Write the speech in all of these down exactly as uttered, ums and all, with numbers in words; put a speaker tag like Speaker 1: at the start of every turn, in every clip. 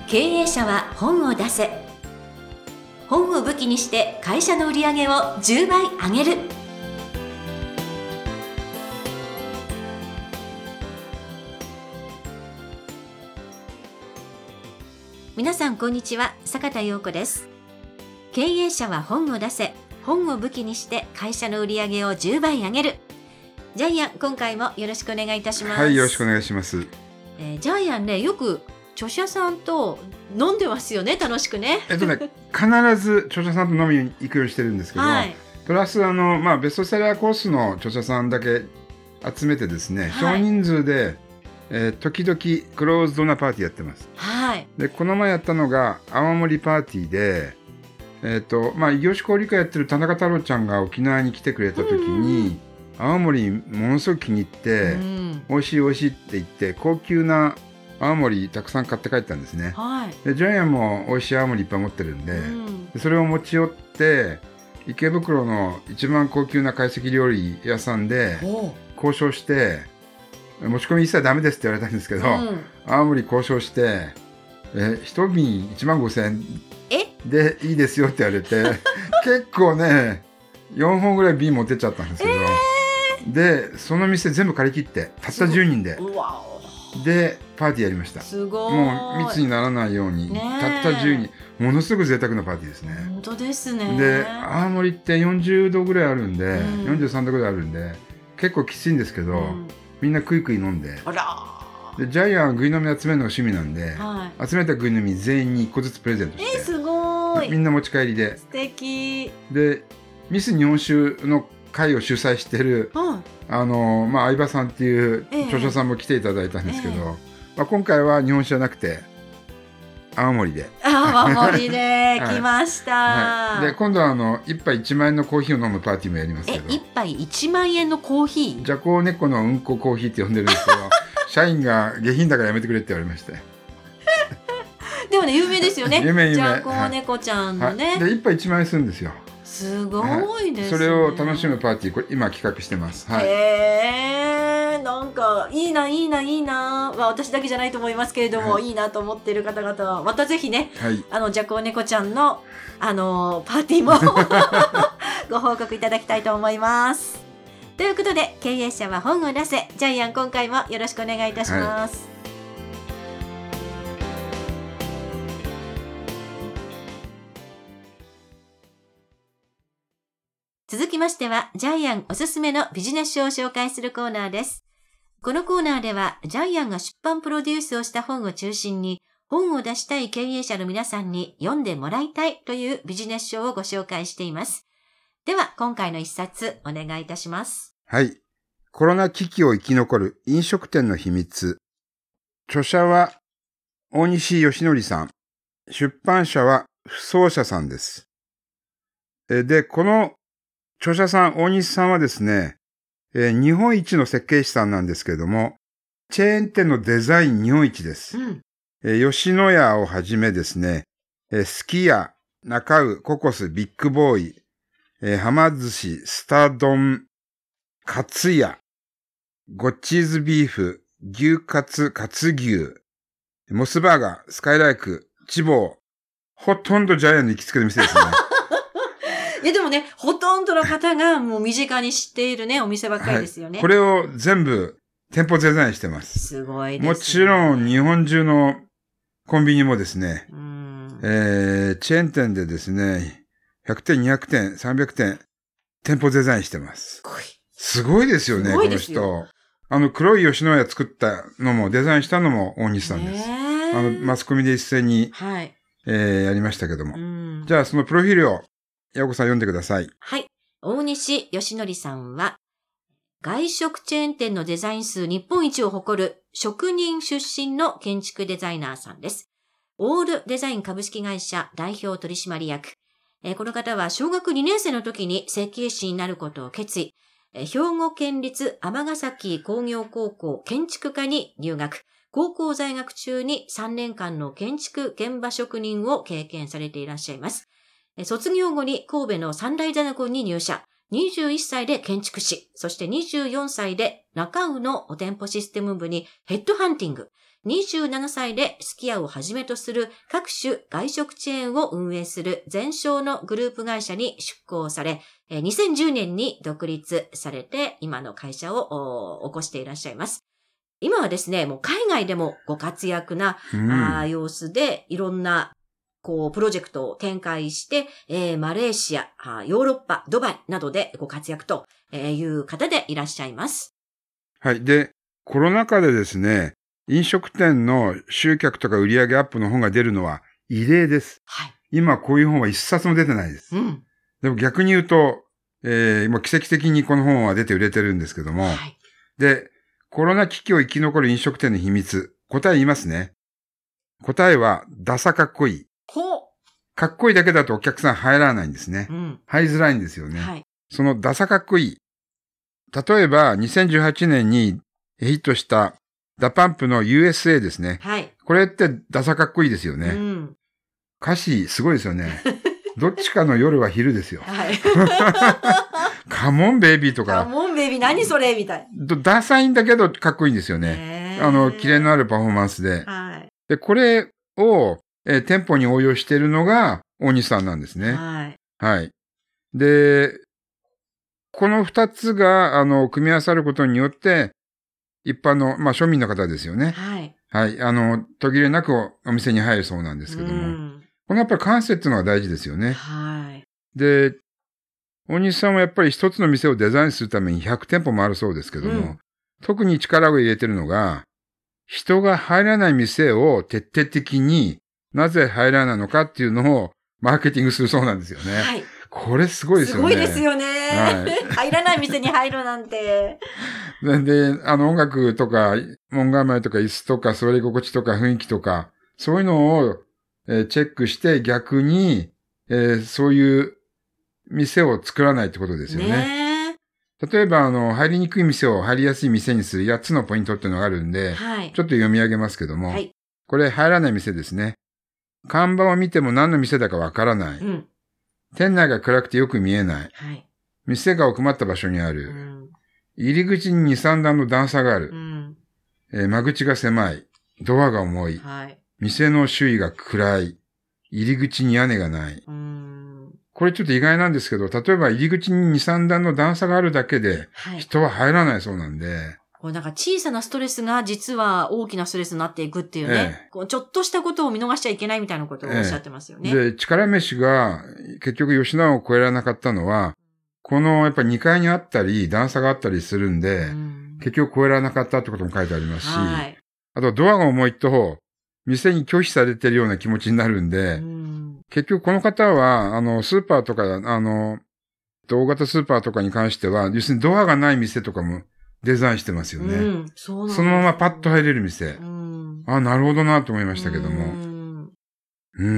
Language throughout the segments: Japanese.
Speaker 1: 経営者は本を出せ。本を武器にして会社の売り上げをじゅうばい上げる。皆さんこんにちは、坂田陽子です。経営者は本を出せ。本を武器にして会社の売り上げをじゅうばい上げる。ジャイアン、今回もよろしくお願いいたします。
Speaker 2: はい、よろしくお願いします。
Speaker 1: えー、ジャイアンね、よく著者さんと飲んでますよね、楽しくね。
Speaker 2: えっとね、必ず著者さんと飲みに行くようにしてるんですけど、はい、プラスあの、まあ、ベストセラーコースの著者さんだけ集めてですね、はい、少人数で、えー、時々クローズドなパーティーやってます。はい、でこの前やったのが青森パーティーで、えーとまあ、異業種交流会やってる田中太郎ちゃんが沖縄に来てくれた時に、うんうん、青森ものすごく気に入って、うん、美味しい美味しいって言って高級な青森たくさん買って帰ったんですね、はい、でジャイアンも美味しい青森いっぱい持ってるんで、うん、でそれを持ち寄って池袋の一番高級な懐石料理屋さんで交渉して、持ち込み一切ダメですって言われたんですけど、うん、青森交渉してえ一瓶いちまんごせんえんでいいですよって言われて結構ねよんほんぐらい瓶持ってっちゃったんですけど、えー、でその店全部借り切ってたったじゅうにんでうわでパーティーやりました。すごい。もう密にならないように、たったじゅうにん、ものすごく贅沢なパーティーですね。
Speaker 1: 本当ですね。
Speaker 2: で青森ってよんじゅうどぐらいあるんで、うん、よんじゅうさんどぐらいあるんで結構きついんですけど、うん、みんな食い食い飲んで、あらでジャイアンはぐい飲み集めるのが趣味なんで、はい、集めたぐい飲み全員にいっこずつプレゼントして、
Speaker 1: えー、すごい。
Speaker 2: みんな持ち帰りで、
Speaker 1: 素敵
Speaker 2: でミス日本酒の会を主催してる、うん、あのまあ、相葉さんっていう著者さんも来ていただいたんですけど、えーまあ、今回は日本酒じゃなくて青森で
Speaker 1: 青森で来ました、
Speaker 2: はいはい、で今度はあのいっぱいいちまんえんのコーヒーを飲むパーティーもやりますけど、
Speaker 1: えいっぱいいちまんえんのコーヒー、
Speaker 2: じゃこう猫のうんこコーヒーって呼んでるんですけど社員が下品だからやめてくれって言われまして
Speaker 1: でもね有名ですよね
Speaker 2: 有名有名、
Speaker 1: じゃこう猫ちゃんのね、はい、
Speaker 2: でいっぱいいちまんえんするんですよ。
Speaker 1: すごいですね、
Speaker 2: はい、それを楽しむパーティーこれ今企画してます、はい、
Speaker 1: へー、なんかいいないいないいな、まあ、私だけじゃないと思いますけれども、はい、いいなと思っている方々はまたぜひね、はい、あのじゃこう猫ちゃんの、あのー、パーティーもご報告いただきたいと思います。ということで経営者は本を出せ、ジャイアン今回もよろしくお願いいたします、はい。続きましては、ジャイアンおすすめのビジネス書を紹介するコーナーです。このコーナーでは、ジャイアンが出版プロデュースをした本を中心に、本を出したい経営者の皆さんに読んでもらいたいというビジネス書をご紹介しています。では、今回の一冊お願いいたします。
Speaker 2: はい。コロナ危機を生き残る飲食店の秘密。著者は大西義則さん。出版社は不走者さんです。で、この著者さん、大西さんはですね、えー、日本一の設計士さんなんですけれども、チェーン店のデザイン日本一です。うん、えー、吉野家をはじめですね、えー、すき家、中尾、ココス、ビッグボーイ、えー、はま寿司、スタ丼、カツヤ、ゴッチーズビーフ、牛カツ、カツ牛、モスバーガー、スカイライク、チボー、ほとんどジャイアンの行きつけの店ですね。
Speaker 1: えでもね、ほとんどの方がもう身近に知っているね、お店ばっかりですよね。
Speaker 2: はい、これを全部店舗デザインしてます。
Speaker 1: すごいですね。
Speaker 2: もちろん日本中のコンビニもですね、うんえー、チェーン店でですね、ひゃくてん、にひゃくてん、さんびゃくてん、店舗デザインしてます。すごい。すごいですよね、この人。あの黒い吉野家作ったのもデザインしたのも大西さんです。あのマスコミで一斉に、はいえー、やりましたけども。うんじゃあそのプロフィールをやこさん読んでください。
Speaker 1: はい。大西義則さんは、外食チェーン店のデザイン数日本一を誇る職人出身の建築デザイナーさんです。オールデザイン株式会社代表取締役。えー、この方は小学にねん生の時に設計士になることを決意。えー、兵庫県立尼崎工業高校建築科に入学。高校在学中にさんねんかんの建築現場職人を経験されていらっしゃいます。卒業後に神戸の三大ゼネコンに入社。 にじゅういっさいで建築士、そしてにじゅうよんさいで中尾の店舗システム部にヘッドハンティング、にじゅうななさいですき家をはじめとする各種外食チェーンを運営する全商のグループ会社に出向され、にせんじゅうねんに独立されて今の会社を起こしていらっしゃいます。今はですね、もう海外でもご活躍な、うん、あ様子でいろんなこうプロジェクトを展開して、えー、マレーシア、ヨーロッパ、ドバイなどでご活躍という方でいらっしゃいます。
Speaker 2: はい。で、コロナ禍でですね、飲食店の集客とか売上アップの本が出るのは異例です。
Speaker 1: はい。
Speaker 2: 今こういう本は一冊も出てないです。
Speaker 1: うん。
Speaker 2: でも逆に言うと、えー、今奇跡的にこの本は出て売れてるんですけども、はい。で、コロナ危機を生き残る飲食店の秘密、答え言いますね。答えは、ダサかっこいい。
Speaker 1: ほう。
Speaker 2: かっこいいだけだとお客さん入らないんですね。
Speaker 1: うん。
Speaker 2: 入りづらいんですよね。
Speaker 1: はい。
Speaker 2: そのダサかっこいい。例えば、にせんじゅうはちねんにヒットしたダパンプの ユーエスエー ですね。
Speaker 1: はい。
Speaker 2: これってダサかっこいいですよね。
Speaker 1: うん。
Speaker 2: 歌詞すごいですよね。どっちかの夜は昼ですよ。
Speaker 1: はい。
Speaker 2: カモンベイビーとか。
Speaker 1: カモンベイビー何それみたい。
Speaker 2: ダサいんだけどかっこいいんですよね。あの、キレのあるパフォーマンスで。
Speaker 1: はい。
Speaker 2: で、これを、えー、店舗に応用しているのが大西さんなんですね。
Speaker 1: はい。
Speaker 2: はい。で、この二つが、あの、組み合わさることによって、一般の、まあ、庶民の方ですよね。
Speaker 1: はい。
Speaker 2: はい。あの、途切れなくお店に入るそうなんですけども。うん、このやっぱり感性っていうのが大事ですよね。
Speaker 1: はい。
Speaker 2: で、大西さんはやっぱり一つの店をデザインするためにひゃくてんぽもあるそうですけども、うん、特に力を入れてるのが、人が入らない店を徹底的になぜ入らないのかっていうのをマーケティングするそうなんですよね。
Speaker 1: はい。
Speaker 2: これすごいですよね。
Speaker 1: すごいですよね。はい、入らない店に入るなんて。
Speaker 2: で、あの音楽とか、門構えとか椅子とか座り心地とか雰囲気とか、そういうのを、えー、チェックして逆に、えー、そういう店を作らないってことですよね。
Speaker 1: ね
Speaker 2: 例えば、あの、入りにくい店を入りやすい店にするやっつのポイントっていうのがあるんで、
Speaker 1: はい、
Speaker 2: ちょっと読み上げますけども、
Speaker 1: はい、
Speaker 2: これ入らない店ですね。看板を見ても何の店だかわからない、
Speaker 1: うん。
Speaker 2: 店内が暗くてよく見えない。
Speaker 1: はい、
Speaker 2: 店が奥まった場所にある。
Speaker 1: うん、
Speaker 2: 入り口にに、さんだんの段差がある。
Speaker 1: うん
Speaker 2: えー、間口が狭い。ドアが重い。
Speaker 1: はい、
Speaker 2: 店の周囲が暗い。入り口に屋根がない。
Speaker 1: うん、
Speaker 2: これちょっと意外なんですけど、例えば入り口にに、さんだんの段差があるだけで、人は入らないそうなんで、はい、
Speaker 1: こうなんか小さなストレスが実は大きなストレスになっていくっていうね。ええ、こうちょっとしたことを見逃しちゃいけないみたいなことをおっしゃってますよね。
Speaker 2: ええ、で、力飯が結局吉野を超えられなかったのは、このやっぱにかいにあったり段差があったりするんで、うん、結局超えられなかったってことも書いてありますし、はい、あとドアが重いと、店に拒否されてるような気持ちになるんで、うん、結局この方は、あの、スーパーとか、あの、大型スーパーとかに関しては、要するにドアがない店とかもデザインしてますよね。うん、そうなんですね。そのままパッと入れる店。うん、あ、なるほどなと思いましたけども。うん。うん。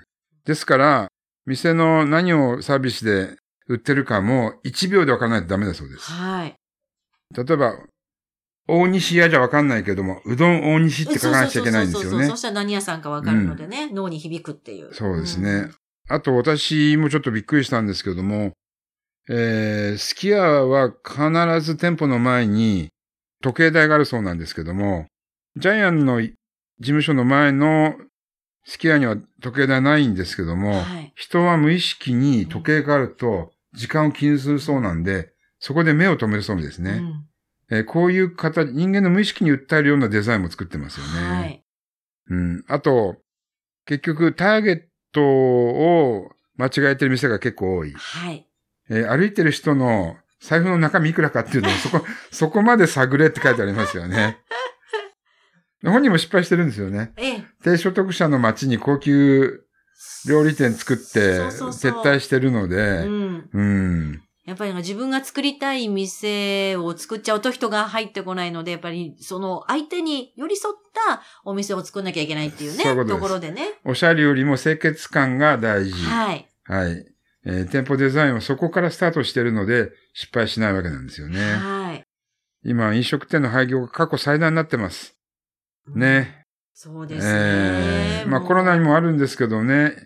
Speaker 2: ですから、店の何をサービスで売ってるかもいちびょうでわからないとダメだそうです。
Speaker 1: はい。
Speaker 2: 例えば、大西屋じゃわかんないけども、うどん大西って書かなきゃいけないんですよね。そうそうそうそう。
Speaker 1: そしたら何屋さんかわかるのでね、うん、脳に響くっていう。
Speaker 2: そうですね。うん、あと私もちょっとびっくりしたんですけども、えー、すき家は必ず店舗の前に時計台があるそうなんですけども、ジャイアンの事務所の前のすき家には時計台ないんですけども、はい、人は無意識に時計があると時間を気にするそうなんで、うん、そこで目を止めるそうですね。うんえー、こういう形、人間の無意識に訴えるようなデザインも作ってますよね。はい。うん。あと、結局、ターゲットを間違えてる店が結構多い。
Speaker 1: はい。
Speaker 2: えー、歩いてる人の財布の中身いくらかっていうのをそこ、そこまで探れって書いてありますよね。本人も失敗してるんですよね。
Speaker 1: ええ。
Speaker 2: 低所得者の街に高級料理店作って撤退してるので、うん。うん
Speaker 1: やっぱり自分が作りたい店を作っちゃうと人が入ってこないので、やっぱりその相手に寄り添ったお店を作んなきゃいけないっていうね、そういうことです。ところでね。
Speaker 2: おしゃれよりも清潔感が大事。
Speaker 1: はい。
Speaker 2: はい。えー、店舗デザインはそこからスタートしてるので失敗しないわけなんですよね。
Speaker 1: はい。今、
Speaker 2: 飲食店の廃業が過去最大になってます。ね。
Speaker 1: うん、そうですね。
Speaker 2: えー、まあコロナにもあるんですけどね。うん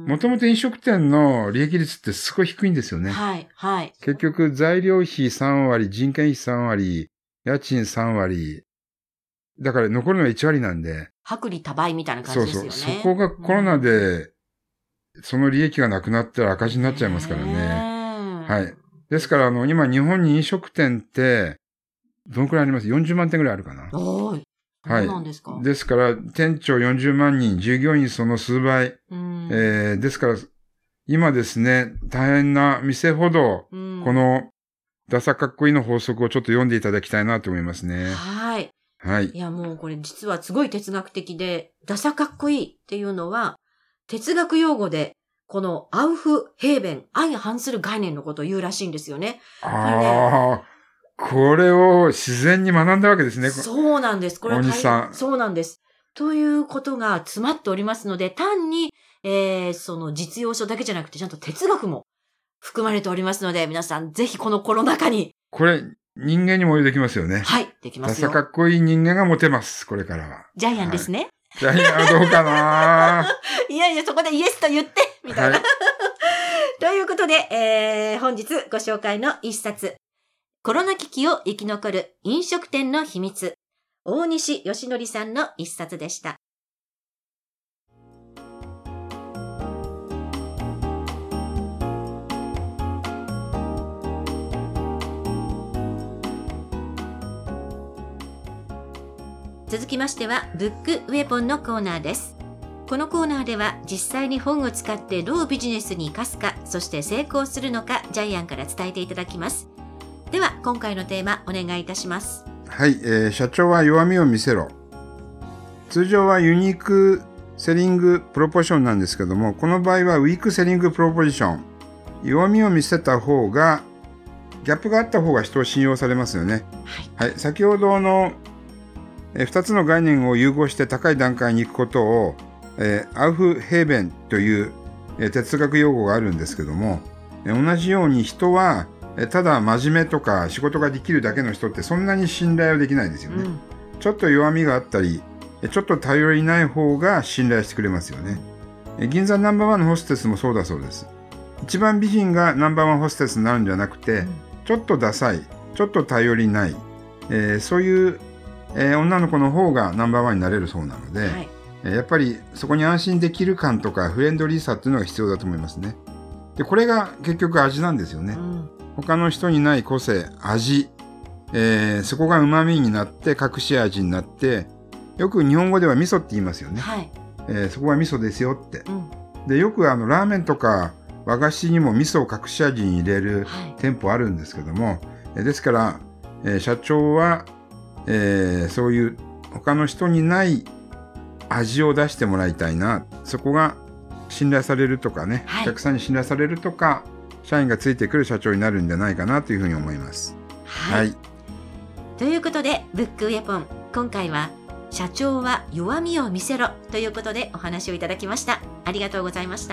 Speaker 2: もともと飲食店の利益率ってすごい低いんですよね。
Speaker 1: はい、はい。
Speaker 2: 結局材料費さんわり、人件費さんわり、家賃さんわり。だから残るのはいちわりなんで。
Speaker 1: 薄利多売みたいな感じですよね。
Speaker 2: そうそう。そこがコロナで、その利益がなくなったら赤字になっちゃいますからね。はい。ですから、あの、今日本に飲食店って、どのくらいあります？ よんじゅう 万店ぐらいあるかな。
Speaker 1: おーい。はい。そうなんですか。
Speaker 2: ですから、店長よんじゅうまんにん、従業員その数倍。えー、ですから、今ですね、大変な店ほど、この、ダサかっこいいの法則をちょっと読んでいただきたいなと思いますね。
Speaker 1: はい。
Speaker 2: はい。
Speaker 1: いや、もうこれ実はすごい哲学的で、ダサかっこいいっていうのは、哲学用語で、このアウフヘーベン、相反する概念のことを言うらしいんですよね。
Speaker 2: ああ。これを自然に学んだわけですね。
Speaker 1: そうなんです。これは
Speaker 2: 大西さん。
Speaker 1: そうなんです。ということが詰まっておりますので、単に、えー、その実用書だけじゃなくて、ちゃんと哲学も含まれておりますので、皆さんぜひこのコロナ禍に。
Speaker 2: これ、人間にも応用できますよね。
Speaker 1: はい、できますよ。
Speaker 2: ダサかっこいい人間がモテます、これからは。
Speaker 1: ジャイアンですね。
Speaker 2: はい、ジャイアンはどうかない
Speaker 1: やいや、そこでイエスと言って、みたいな。はい、ということで、えー、本日ご紹介の一冊。コロナ危機を生き残る飲食店の秘密。大西義則さんの一冊でした。続きましては、ブックウェポンのコーナーです。このコーナーでは、実際に本を使ってどうビジネスに生かすか、そして成功するのか、ジャイアンから伝えていただきます。では、今回のテーマ、お願いいたします。
Speaker 2: はい、えー、社長は弱みを見せろ。通常はユニークセリングプロポジションなんですけども、この場合はウィークセリングプロポジション。弱みを見せた方が、ギャップがあった方が人を信用されますよね。はい。はい、先ほどのふたつの概念を融合して高い段階に行くことを、えー、アウフヘーベンという、えー、哲学用語があるんですけども、えー、同じように人は、えー、ただ真面目とか仕事ができるだけの人ってそんなに信頼はできないですよね。うん、ちょっと弱みがあったり、ちょっと頼りない方が信頼してくれますよね。えー、銀座ナンバーワンのホステスもそうだそうです。一番美人がナンバーワンホステスになるんじゃなくて、うん、ちょっとダサい、ちょっと頼りない、えー、そういうえー、女の子の方がナンバーワンになれるそうなので、はい、えー、やっぱりそこに安心できる感とかフレンドリーさっていうのが必要だと思いますね。で、これが結局味なんですよね。うん、他の人にない個性、味、えー、そこが旨味になって隠し味になって、よく日本語では味噌って言いますよね。はい、えー、そこが味噌ですよって。うん、で、よくあのラーメンとか和菓子にも味噌を隠し味に入れる店舗あるんですけども、はい、えー、ですから、えー、社長はえー、そういう他の人にない味を出してもらいたいな。そこが信頼されるとかね、はい、お客さんに信頼されるとか、社員がついてくる社長になるんじゃないかなというふうに思います。
Speaker 1: はい。はい、ということで、ブックウェポン、今回は社長は弱みを見せろということでお話をいただきました。ありがとうございました。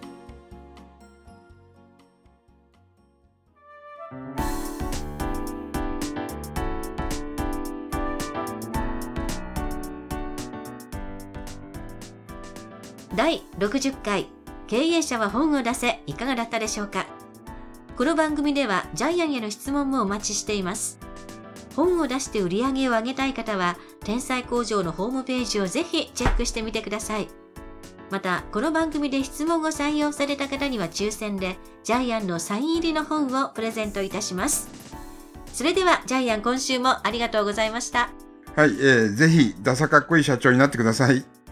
Speaker 1: だいろくじゅっかい経営者は本を出せ、いかがだったでしょうか。この番組ではジャイアンへの質問もお待ちしています。本を出して売り上げを上げたい方は天才工場のホームページをぜひチェックしてみてください。またこの番組で質問を採用された方には抽選でジャイアンのサイン入りの本をプレゼントいたします。それではジャイアン、今週もありがとうございました。
Speaker 2: はい、えー、ぜひダサかっこいい社長になってください。